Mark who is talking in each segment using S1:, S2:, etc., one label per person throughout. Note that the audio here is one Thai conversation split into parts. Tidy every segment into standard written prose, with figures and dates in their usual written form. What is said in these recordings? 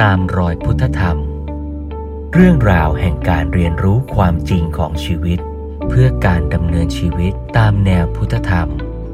S1: ตามรอยพุทธธรรมเรื่องราวแห่งการเรียนรู้ความจริงของชีวิตเพื่อการดำเนินชีวิตตามแนวพุทธธรรม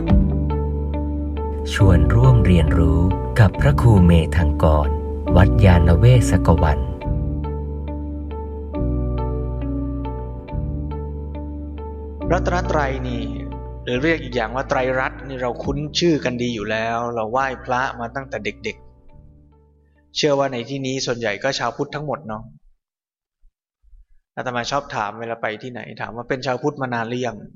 S1: ชวนร่วมเรียนรู้กับพระครูเมธังกร วัดยานเวศกวัน
S2: รัตนตรัยนี่หรือเรียกอีกอย่างว่าไตรรัตน์นี่เราคุ้นชื่อกันดีอยู่แล้วเราไหว้พระมาตั้งแต่เด็กๆเชื่อว่าในที่นี้ส่วนใหญ่ก็ชาวพุทธทั้งหมดเนาะอาตมาชอบถามเวลาไปที่ไหนถามว่าเป็นชาวพุทธมานานหรือยัง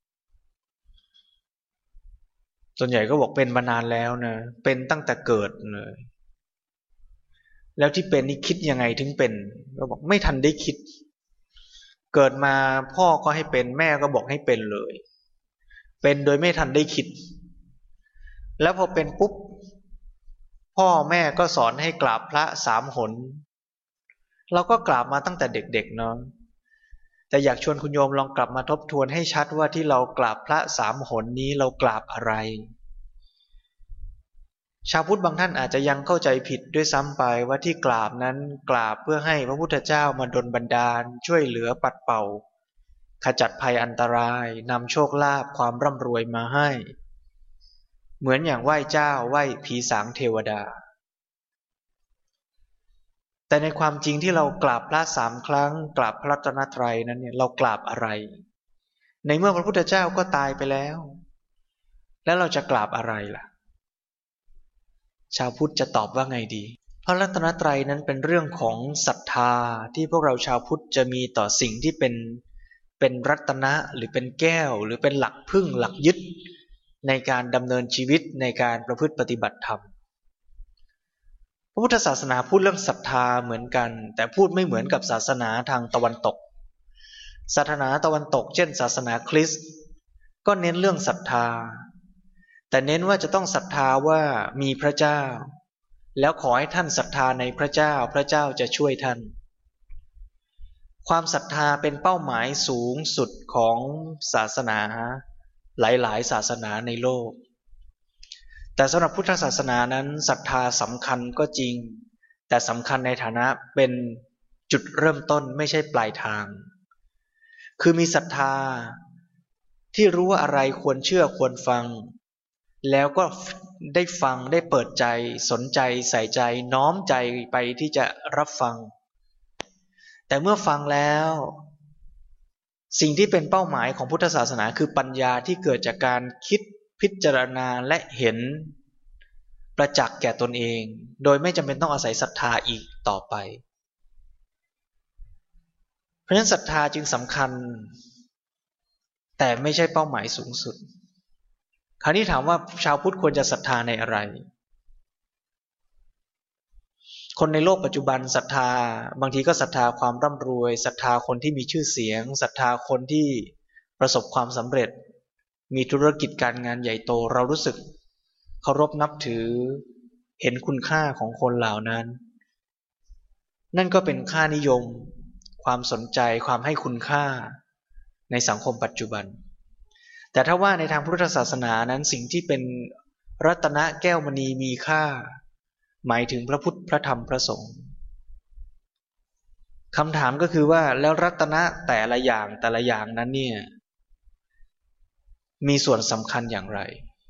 S2: ส่วนใหญ่ก็บอกเป็นมานานแล้วนะเป็นตั้งแต่เกิดเลยแล้วที่เป็นนี่คิดยังไงถึงเป็นก็บอกไม่ทันได้คิดเกิดมาพ่อก็ให้เป็นแม่ก็บอกให้เป็นเลยเป็นโดยไม่ทันได้คิดแล้วพอเป็นปุ๊บพ่อแม่ก็สอนให้กราบพระ3 หนเราก็กราบมาตั้งแต่เด็กๆเนาะแต่อยากชวนคุณโยมลองกลับมาทบทวนให้ชัดว่าที่เรากราบพระ3 หนนี้เรากราบอะไรชาวพุทธบางท่านอาจจะยังเข้าใจผิดด้วยซ้ำไปว่าที่กราบนั้นกราบเพื่อให้พระพุทธเจ้ามาดลบันดาลช่วยเหลือปัดเป่าขจัดภัยอันตรายนำโชคลาภความร่ำรวยมาให้เหมือนอย่างไหว้เจ้าไหว้ผีสางเทวดาแต่ในความจริงที่เรากราบพระ3 ครั้งกราบพระรัตนตรัยนั้นเนี่ยเรากราบอะไรในเมื่อพระพุทธเจ้าก็ตายไปแล้วแล้วเราจะกราบอะไรล่ะชาวพุทธจะตอบว่าไงดีพระรัตนตรัยนั้นเป็นเรื่องของศรัทธาที่พวกเราชาวพุทธจะมีต่อสิ่งที่เป็นรัตนะหรือเป็นแก้วหรือเป็นหลักพึ่งหลักยึดในการดำเนินชีวิตในการประพฤติปฏิบัติธรรมพระพุทธศาสนาพูดเรื่องศรัทธาเหมือนกันแต่พูดไม่เหมือนกับศาสนาทางตะวันตกศาสนาตะวันตกเช่นศาสนาคริสต์ก็เน้นเรื่องศรัทธาแต่เน้นว่าจะต้องศรัทธาว่ามีพระเจ้าแล้วขอให้ท่านศรัทธาในพระเจ้าพระเจ้าจะช่วยท่านความศรัทธาเป็นเป้าหมายสูงสุดของศาสนาหลายๆศาสนาในโลกแต่สำหรับพุทธศาสนานั้นศรัทธาสำคัญก็จริงแต่สำคัญในฐานะเป็นจุดเริ่มต้นไม่ใช่ปลายทางคือมีศรัทธาที่รู้ว่าอะไรควรเชื่อควรฟังแล้วก็ได้ฟังได้เปิดใจสนใจใส่ใจน้อมใจไปที่จะรับฟังแต่เมื่อฟังแล้วสิ่งที่เป็นเป้าหมายของพุทธศาสนาคือปัญญาที่เกิดจากการคิดพิจารณาและเห็นประจักษ์แก่ตนเองโดยไม่จำเป็นต้องอาศัยศรัทธาอีกต่อไปเพราะฉะนั้นศรัทธาจึงสำคัญแต่ไม่ใช่เป้าหมายสูงสุดคราวนี้ถามว่าชาวพุทธควรจะศรัทธาในอะไรคนในโลกปัจจุบันศรัทธาบางทีก็ศรัทธาความร่ำรวยศรัทธาคนที่มีชื่อเสียงศรัทธาคนที่ประสบความสำเร็จมีธุรกิจการงานใหญ่โตเรารู้สึกเคารพนับถือเห็นคุณค่าของคนเหล่านั้นนั่นก็เป็นค่านิยมความสนใจความให้คุณค่าในสังคมปัจจุบันแต่ถ้าว่าในทางพุทธศาสนานั้นสิ่งที่เป็นรัตนะแก้วมณีมีค่าหมายถึงพระพุทธพระธรรมพระสงฆ์คำถามก็คือว่าแล้วรัตนะแต่ละอย่างนั้นเนี่ยมีส่วนสำคัญอย่างไร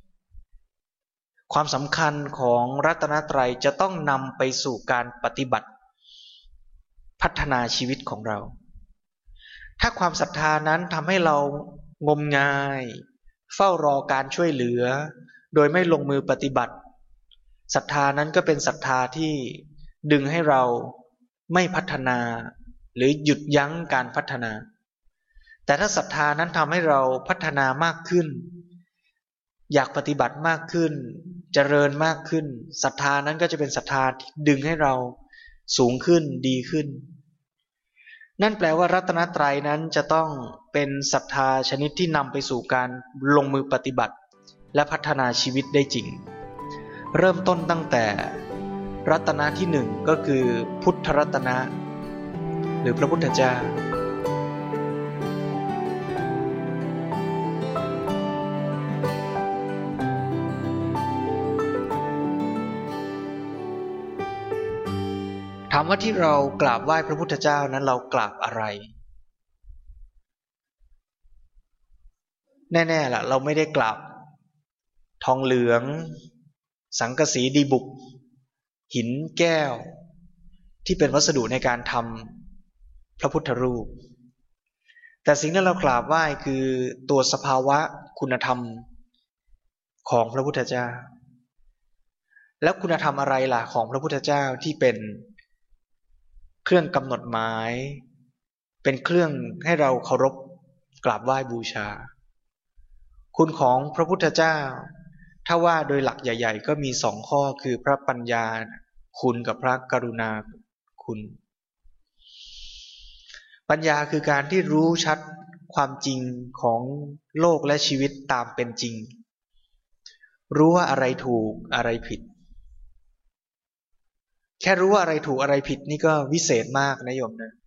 S2: ความสำคัญของรัตนตรัยจะต้องนำไปสู่การปฏิบัติพัฒนาชีวิตของเราถ้าความศรัทธานั้นทำให้เรางมงายเฝ้ารอการช่วยเหลือโดยไม่ลงมือปฏิบัติศรัทธานั้นก็เป็นศรัทธาที่ดึงให้เราไม่พัฒนาหรือหยุดยั้งการพัฒนาแต่ถ้าศรัทธานั้นทำให้เราพัฒนามากขึ้นอยากปฏิบัติมากขึ้นเจริญมากขึ้นศรัทธานั้นก็จะเป็นศรัทธาที่ดึงให้เราสูงขึ้นดีขึ้นนั่นแปลว่ารัตนตรัยนั้นจะต้องเป็นศรัทธาชนิดที่นำไปสู่การลงมือปฏิบัติและพัฒนาชีวิตได้จริงเริ่มต้นตั้งแต่รัตนะที่1ก็คือพุทธรัตนะหรือพระพุทธเจ้าถามว่าที่เรากราบไหว้พระพุทธเจ้านั้นเรากราบอะไรแน่ๆล่ะเราไม่ได้กราบทองเหลืองสังกะสีดีบุกหินแก้วที่เป็นวัสดุในการทำพระพุทธรูปแต่สิ่งที่เรากราบไหว้คือตัวสภาวะคุณธรรมของพระพุทธเจ้าแล้วคุณธรรมอะไรล่ะของพระพุทธเจ้าที่เป็นเครื่องกำหนดหมายเป็นเครื่องให้เราเคารพกราบไหว้บูชาคุณของพระพุทธเจ้าถ้าว่าโดยหลักใหญ่ๆก็มีสองข้อคือพระปัญญาคุณกับพระกรุณาคุณปัญญาคือการที่รู้ชัดความจริงของโลกและชีวิตตามเป็นจริงรู้ว่าอะไรถูกอะไรผิดแค่รู้ว่าอะไรถูกอะไรผิดนี่ก็วิเศษมากนะโยมนะ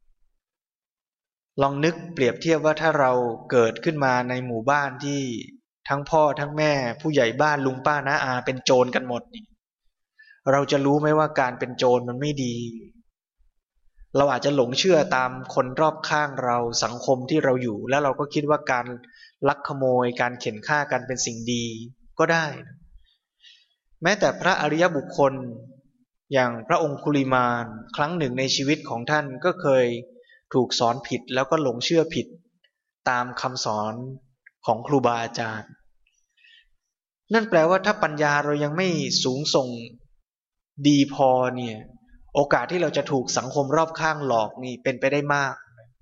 S2: ลองนึกเปรียบเทียบว่าถ้าเราเกิดขึ้นมาในหมู่บ้านที่ทั้งพ่อทั้งแม่ผู้ใหญ่บ้านลุงป้าน้าอาเป็นโจรกันหมดนี่เราจะรู้ไหมว่าการเป็นโจรมันไม่ดีเราอาจจะหลงเชื่อตามคนรอบข้างเราสังคมที่เราอยู่แล้วเราก็คิดว่าการลักขโมยการเข็นฆ่ากันเป็นสิ่งดีก็ได้แม้แต่พระอริยบุคคลอย่างพระองคุลิมานครั้งหนึ่งในชีวิตของท่านก็เคยถูกสอนผิดแล้วก็หลงเชื่อผิดตามคำสอนของครูบาอาจารย์นั่นแปลว่าถ้าปัญญาเรายังไม่สูงส่งดีพอเนี่ยโอกาสที่เราจะถูกสังคมรอบข้างหลอกนี่เป็นไปได้มาก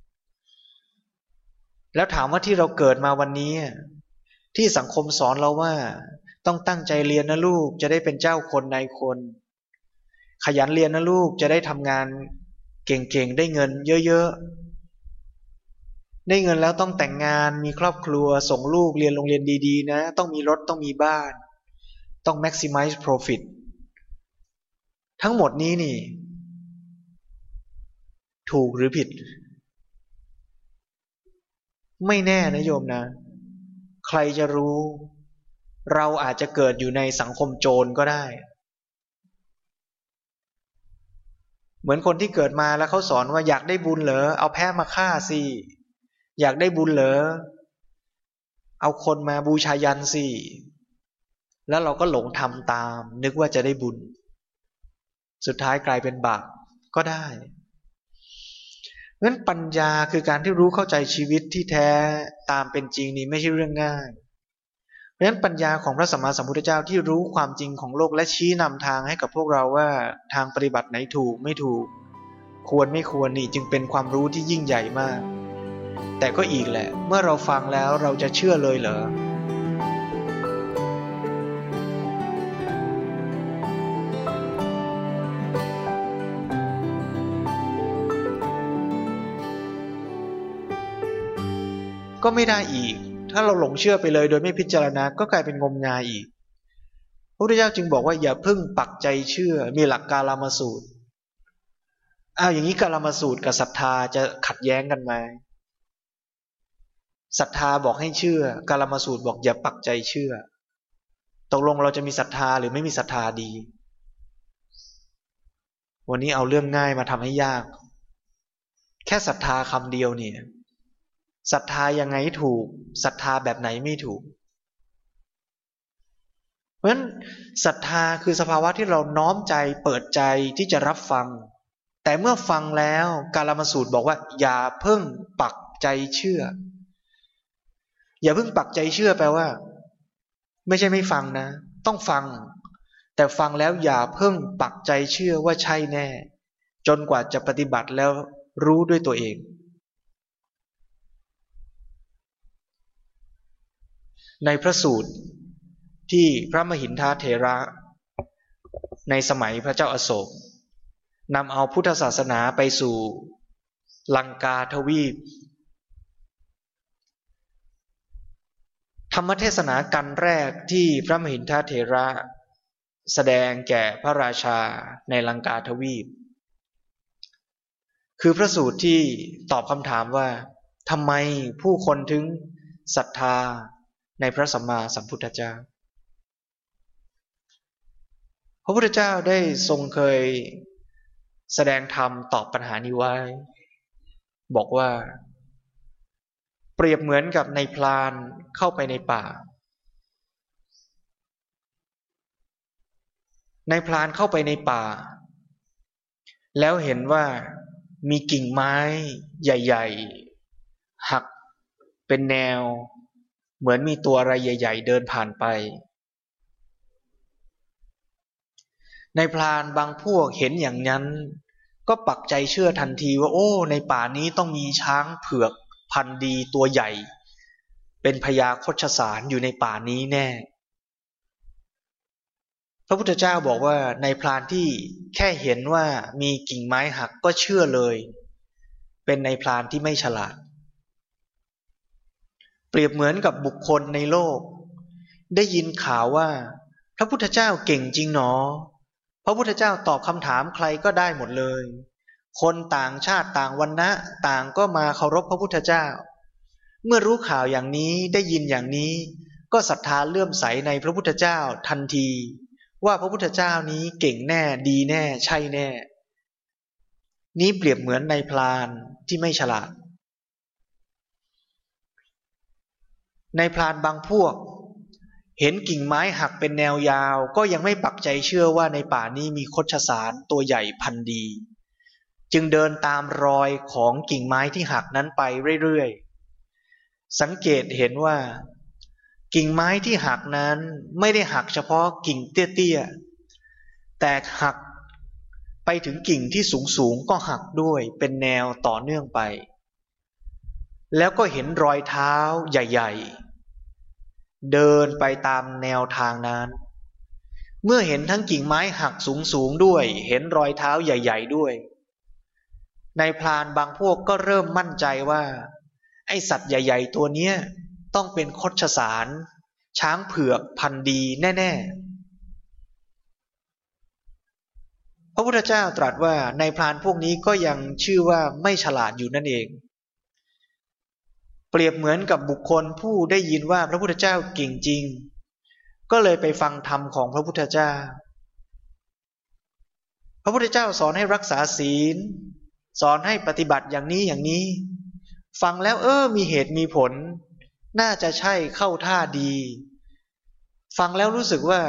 S2: แล้วถามว่าที่เราเกิดมาวันนี้ที่สังคมสอนเราว่าต้องตั้งใจเรียนนะลูกจะได้เป็นเจ้าคนนายคนขยันเรียนนะลูกจะได้ทำงานเก่งๆได้เงินเยอะๆได้เงินแล้วต้องแต่งงานมีครอบครัวส่งลูกเรียนโรงเรียนดีๆนะต้องมีรถต้องมีบ้านต้อง maximize profit ทั้งหมดนี้นี่ถูกหรือผิดไม่แน่นะโยมนะใครจะรู้เราอาจจะเกิดอยู่ในสังคมโจรก็ได้เหมือนคนที่เกิดมาแล้วเขาสอนว่าอยากได้บุญเหรอเอาแพะมาฆ่าสิอยากได้บุญเหรอเอาคนมาบูชายันสิแล้วเราก็หลงทำตามนึกว่าจะได้บุญสุดท้ายกลายเป็นบาปก็ได้งั้นปัญญาคือการที่รู้เข้าใจชีวิตที่แท้ตามเป็นจริงนี้ไม่ใช่เรื่องง่ายเพราะฉะนั้นปัญญาของพระสัมมาสัมพุทธเจ้าที่รู้ความจริงของโลกและชี้นำทางให้กับพวกเราว่าทางปฏิบัติไหนถูกไม่ถูกควรไม่ควรนี่จึงเป็นความรู้ที่ยิ่งใหญ่มากแต่ก็อีกแหละเมื่อเราฟังแล้วเราจะเชื่อเลยเหรอก็ไม่ได้อีกถ้าเราหลงเชื่อไปเลยโดยไม่พิจารณาก็กลายเป็นงมงายอีกพระพุทธเจ้าจึงบอกว่าอย่าเพิ่งปักใจเชื่อมีหลักกาลามสูตรอย่างนี้กาลามสูตรกับศรัทธาจะขัดแย้งกันไหมศรัทธาบอกให้เชื่อกาลามสูตรบอกอย่าปักใจเชื่อตกลงเราจะมีศรัทธาหรือไม่มีศรัทธาดีวันนี้เอาเรื่องง่ายมาทำให้ยากแค่ศรัทธาคำเดียวเนี่ยศรัทธายังไงถูกศรัทธาแบบไหนไม่ถูกเพราะฉะนั้นศรัทธาคือสภาวะที่เราน้อมใจเปิดใจที่จะรับฟังแต่เมื่อฟังแล้วกาลามสูตรบอกว่าอย่าเพิ่งปักใจเชื่ออย่าเพิ่งปักใจเชื่อแปลว่าไม่ใช่ไม่ฟังนะต้องฟังแต่ฟังแล้วอย่าเพิ่งปักใจเชื่อว่าใช่แน่จนกว่าจะปฏิบัติแล้วรู้ด้วยตัวเองในพระสูตรที่พระมหินทเถระในสมัยพระเจ้าอโศกนำเอาพุทธศาสนาไปสู่ลังกาทวีปธรรมเทศนากันแรกที่พระมหินทเถระแสดงแก่พระราชาในลังกาทวีปคือพระสูตรที่ตอบคำถามว่าทำไมผู้คนถึงศรัทธาในพระสัมมาสัมพุทธเจ้าพระพุทธเจ้าได้ทรงเคยแสดงธรรมตอบปัญหานี้ไว้บอกว่าเปรียบเหมือนกับในพรานเข้าไปในป่าในพรานเข้าไปในป่าแล้วเห็นว่ามีกิ่งไม้ใหญ่ๆหักเป็นแนวเหมือนมีตัวอะไรใหญ่ๆเดินผ่านไปในพรานบางพวกเห็นอย่างนั้นก็ปักใจเชื่อทันทีว่าโอ้ในป่านี้ต้องมีช้างเผือกพันธุ์ดีตัวใหญ่เป็นพญาคชสารอยู่ในป่านี้แน่พระพุทธเจ้าบอกว่าในพรานที่แค่เห็นว่ามีกิ่งไม้หักก็เชื่อเลยเป็นในพรานที่ไม่ฉลาดเปรียบเหมือนกับบุคคลในโลกได้ยินข่าวว่าพระพุทธเจ้าเก่งจริงหนอพระพุทธเจ้าตอบคำถามใครก็ได้หมดเลยคนต่างชาติต่างวรรณะต่างก็มาเคารพพระพุทธเจ้าเมื่อรู้ข่าวอย่างนี้ได้ยินอย่างนี้ก็ศรัทธาเลื่อมใสในพระพุทธเจ้าทันทีว่าพระพุทธเจ้านี้เก่งแน่ดีแน่ใช่แน่นี้เปรียบเหมือนในพรานที่ไม่ฉลาดในพรานบางพวกเห็นกิ่งไม้หักเป็นแนวยาวก็ยังไม่ปักใจเชื่อว่าในป่านี้มีคชสารตัวใหญ่พันธุ์ดีจึงเดินตามรอยของกิ่งไม้ที่หักนั้นไปเรื่อยๆสังเกตเห็นว่ากิ่งไม้ที่หักนั้นไม่ได้หักเฉพาะกิ่งเตี้ยๆแต่หักไปถึงกิ่งที่สูงๆก็หักด้วยเป็นแนวต่อเนื่องไปแล้วก็เห็นรอยเท้าใหญ่ๆเดินไปตามแนวทางนั้นเมื่อเห็นทั้งกิ่งไม้หักสูงๆด้วยเห็นรอยเท้าใหญ่ๆด้วยในพรานบางพวกก็เริ่มมั่นใจว่าไอสัตว์ใหญ่ๆตัวเนี้ยต้องเป็นคชสารช้างเผือกพันธุ์ดีแน่ๆพระพุทธเจ้าตรัสว่าในพรานพวกนี้ก็ยังชื่อว่าไม่ฉลาดอยู่นั่นเองเปรียบเหมือนกับบุคคลผู้ได้ยินว่าพระพุทธเจ้าเก่งจริงก็เลยไปฟังธรรมของพระพุทธเจ้าพระพุทธเจ้าสอนให้รักษาศีลสอนให้ปฏิบัติอย่างนี้อย่างนี้ฟังแล้วมีเหตุมีผลน่าจะใช่เข้าท่าดีฟังแล้วรู้สึกว่า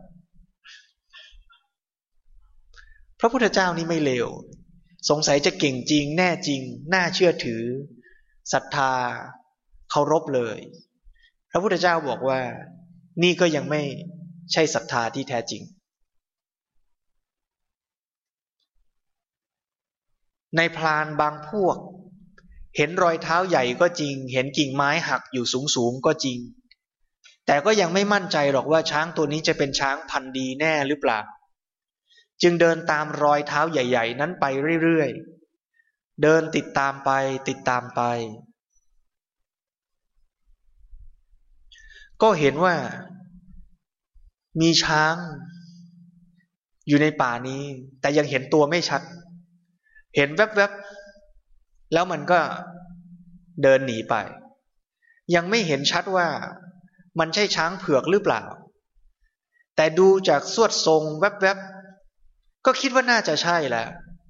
S2: พระพุทธเจ้านี่ไม่เลวสงสัยจะเก่งจริงแน่จริงน่าเชื่อถือศรัทธาเคารพเลยพระพุทธเจ้าบอกว่านี่ก็ยังไม่ใช่ศรัทธาที่แท้จริงในพรานบางพวกเห็นรอยเท้าใหญ่ก็จริงเห็นกิ่งไม้หักอยู่สูงๆก็จริงแต่ก็ยังไม่มั่นใจหรอกว่าช้างตัวนี้จะเป็นช้างพันธุ์ดีแน่หรือเปล่าจึงเดินตามรอยเท้าใหญ่ๆนั้นไปเรื่อยๆเดินติดตามไปติดตามไปก็เห็นว่ามีช้างอยู่ในป่านี้แต่ยังเห็นตัวไม่ชัดเห็นแวบๆแล้วมันก็เดินหนีไปยังไม่เห็นชัดว่ามันใช่ช้างเผือกหรือเปล่าแต่ดูจากสวดทรงแวบๆก็คิดว่าน่าจะใช่แหละ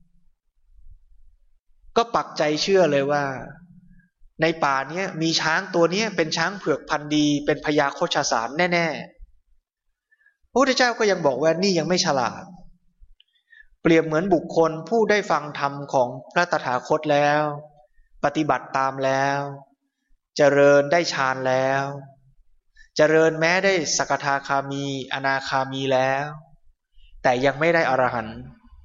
S2: ก็ปักใจเชื่อเลยว่าในป่านี้มีช้างตัวนี้เป็นช้างเผือกพันธุ์ดีเป็นพญาโคชสารแน่ๆพระพุทธเจ้าก็ยังบอกว่านี่ยังไม่ฉลาดเปรียบเหมือนบุคคลผู้ได้ฟังธรรมของพระตถาคตแล้วปฏิบัติตามแล้วเจริญได้ฌานแล้วเจริญแม้ได้สกทาคามีอนาคามีแล้วแต่ยังไม่ได้อรหันต์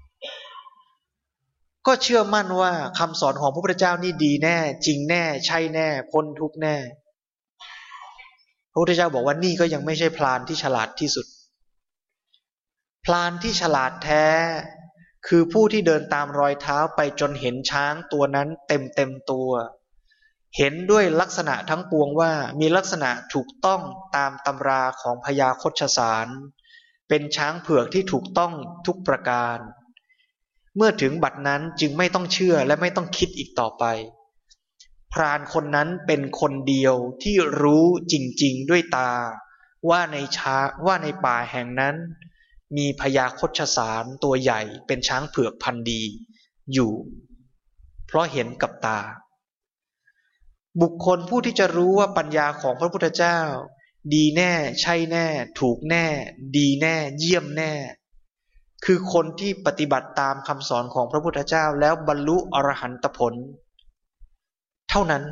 S2: ก็เชื่อมั่นว่าคำสอนของพระพุทธเจ้านี่ดีแน่จริงแน่ใช่แน่พ้นทุกข์แน่พระพุทธเจ้าบอกว่านี่ก็ยังไม่ใช่พรานที่ฉลาดที่สุดพรานที่ฉลาดแท้คือผู้ที่เดินตามรอยเท้าไปจนเห็นช้างตัวนั้นเต็มตัวเห็นด้วยลักษณะทั้งปวงว่ามีลักษณะถูกต้องตามตำราของพญาคชสารเป็นช้างเผือกที่ถูกต้องทุกประการเมื่อถึงบัดนั้นจึงไม่ต้องเชื่อและไม่ต้องคิดอีกต่อไปพรานคนนั้นเป็นคนเดียวที่รู้จริงๆด้วยตาว่าในป่าแห่งนั้นมีพญาคชสารตัวใหญ่เป็นช้างเผือกพันธุ์ดีอยู่เพราะเห็นกับตาบุคคลผู้ที่จะรู้ว่าปัญญาของพระพุทธเจ้าดีแน่ใช่แน่ถูกแน่ดีแน่เยี่ยมแน่คือคนที่ปฏิบัติตามคำสอนของพระพุทธเจ้าแล้วบรรลุอรหันตผลเท่านั้น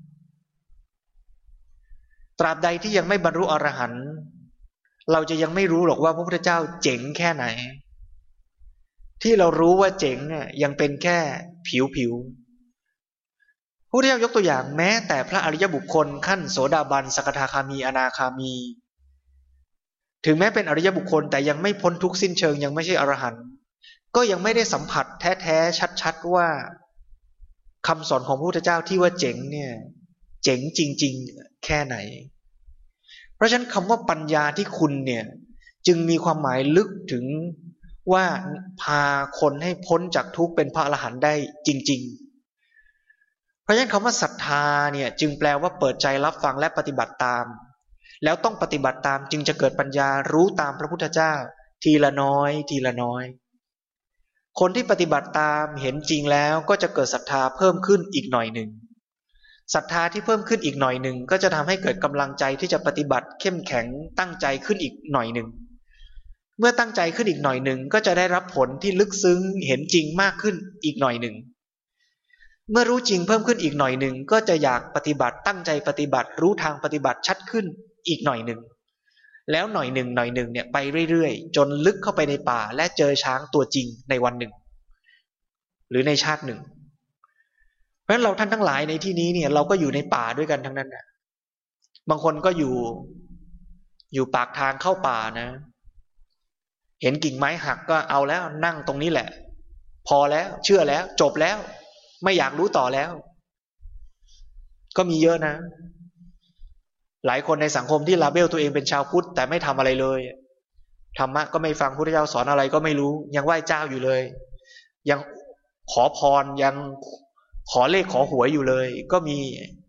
S2: ตราบใดที่ยังไม่บรรลุอรหันต์เราจะยังไม่รู้หรอกว่าพระพุทธเจ้าเจ๋งแค่ไหนที่เรารู้ว่าเจ๋งยังเป็นแค่ผิวพระพุทธเจ้ายกตัวอย่างแม้แต่พระอริยบุคคลขั้นโสดาบันสกทาคามีอนาคามีถึงแม้เป็นอริยบุคคลแต่ยังไม่พ้นทุกข์สิ้นเชิงยังไม่ใช่อรหันต์ก็ยังไม่ได้สัมผัสแท้ๆชัดๆว่าคำสอนของพระพุทธเจ้าที่ว่าเจ๋งเนี่ยเจ๋งจริงๆแค่ไหนเพราะฉะนั้นคำว่าปัญญาที่คุณเนี่ยจึงมีความหมายลึกถึงว่าพาคนให้พ้นจากทุกข์เป็นพระอรหันต์ได้จริงๆเพราะฉะนั้นคำว่าศรัทธาเนี่ยจึงแปลว่าเปิดใจรับฟังและปฏิบัติตามแล้วต้องปฏิบัติตามจึงจะเกิดปัญญารู้ตามพระพุทธเจ้าทีละน้อยทีละน้อยคนที่ปฏิบัติตามเห็นจริงแล้วก็จะเกิดศรัทธาเพิ่มขึ้นอีกหน่อยหนึ่งศรัทธาที่เพิ่มขึ้นอีกหน่อยหนึ่งก็จะทำให้เกิดกำลังใจที่จะปฏิบัติเข้มแข็งตั้งใจขึ้นอีกหน่อยหนึ่งเมื่อตั้งใจขึ้นอีกหน่อยหนึ่งก็จะได้รับผลที่ลึกซึ้งเห็นจริงมากขึ้นอีกหน่อยหนึ่งเมื่อรู้จริงเพิ่มขึ้นอีกหน่อยหนึ่งก็จะอยากปฏิบัติตั้งใจปฏิบัติรู้ทางปฏิบัติชัดขึ้นอีกหน่อยหนึ่งแล้วหน่อยหนึ่งเนี่ยไปเรื่อยๆจนลึกเข้าไปในป่าและเจอช้างตัวจริงในวันหนึ่งหรือในชาติหนึ่งเพราะฉะนั้นเราท่านทั้งหลายในที่นี้เนี่ยเราก็อยู่ในป่าด้วยกันทั้งนั้นนะบางคนก็อยู่ปากทางเข้าป่านะเห็นกิ่งไม้หักก็เอาแล้วนั่งตรงนี้แหละพอแล้วเชื่อแล้วจบแล้วไม่อยากรู้ต่อแล้วก็มีเยอะนะหลายคนในสังคมที่ลาเบลตัวเองเป็นชาวพุทธแต่ไม่ทำอะไรเลยธรรมะก็ไม่ฟังพุทธเจ้าสอนอะไรก็ไม่รู้ยังไหว้เจ้าอยู่เลยยังขอพรยังขอเลขขอหวยอยู่เลยก็มี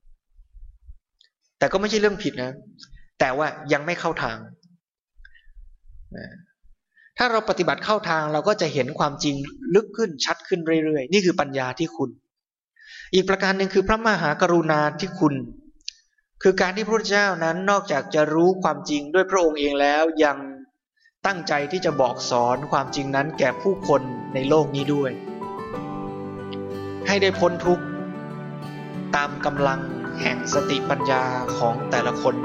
S2: แต่ก็ไม่ใช่เรื่องผิดนะแต่ว่ายังไม่เข้าทางถ้าเราปฏิบัติเข้าทางเราก็จะเห็นความจริงลึกขึ้นชัดขึ้นเรื่อยๆนี่คือปัญญาที่คุณอีกประการหนึ่งคือพระมหากรุณาที่คุณคือการที่พระพุทธเจ้านั้นนอกจากจะรู้ความจริงด้วยพระองค์เองแล้วยังตั้งใจที่จะบอกสอนความจริงนั้นแก่ผู้คนในโลกนี้ด้วยให้ได้พ้นทุกข์ตามกำลังแห่งสติปัญญาของแต่ละคน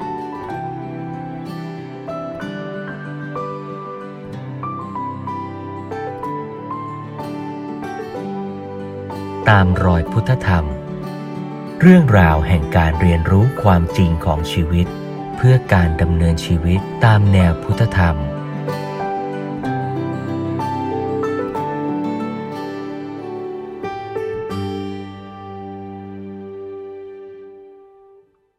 S1: ตามรอยพุทธธรรมเรื่องราวแห่งการเรียนรู้ความจริงของชีวิตเพื่อการดำเนินชีวิตตามแนวพุทธธรรม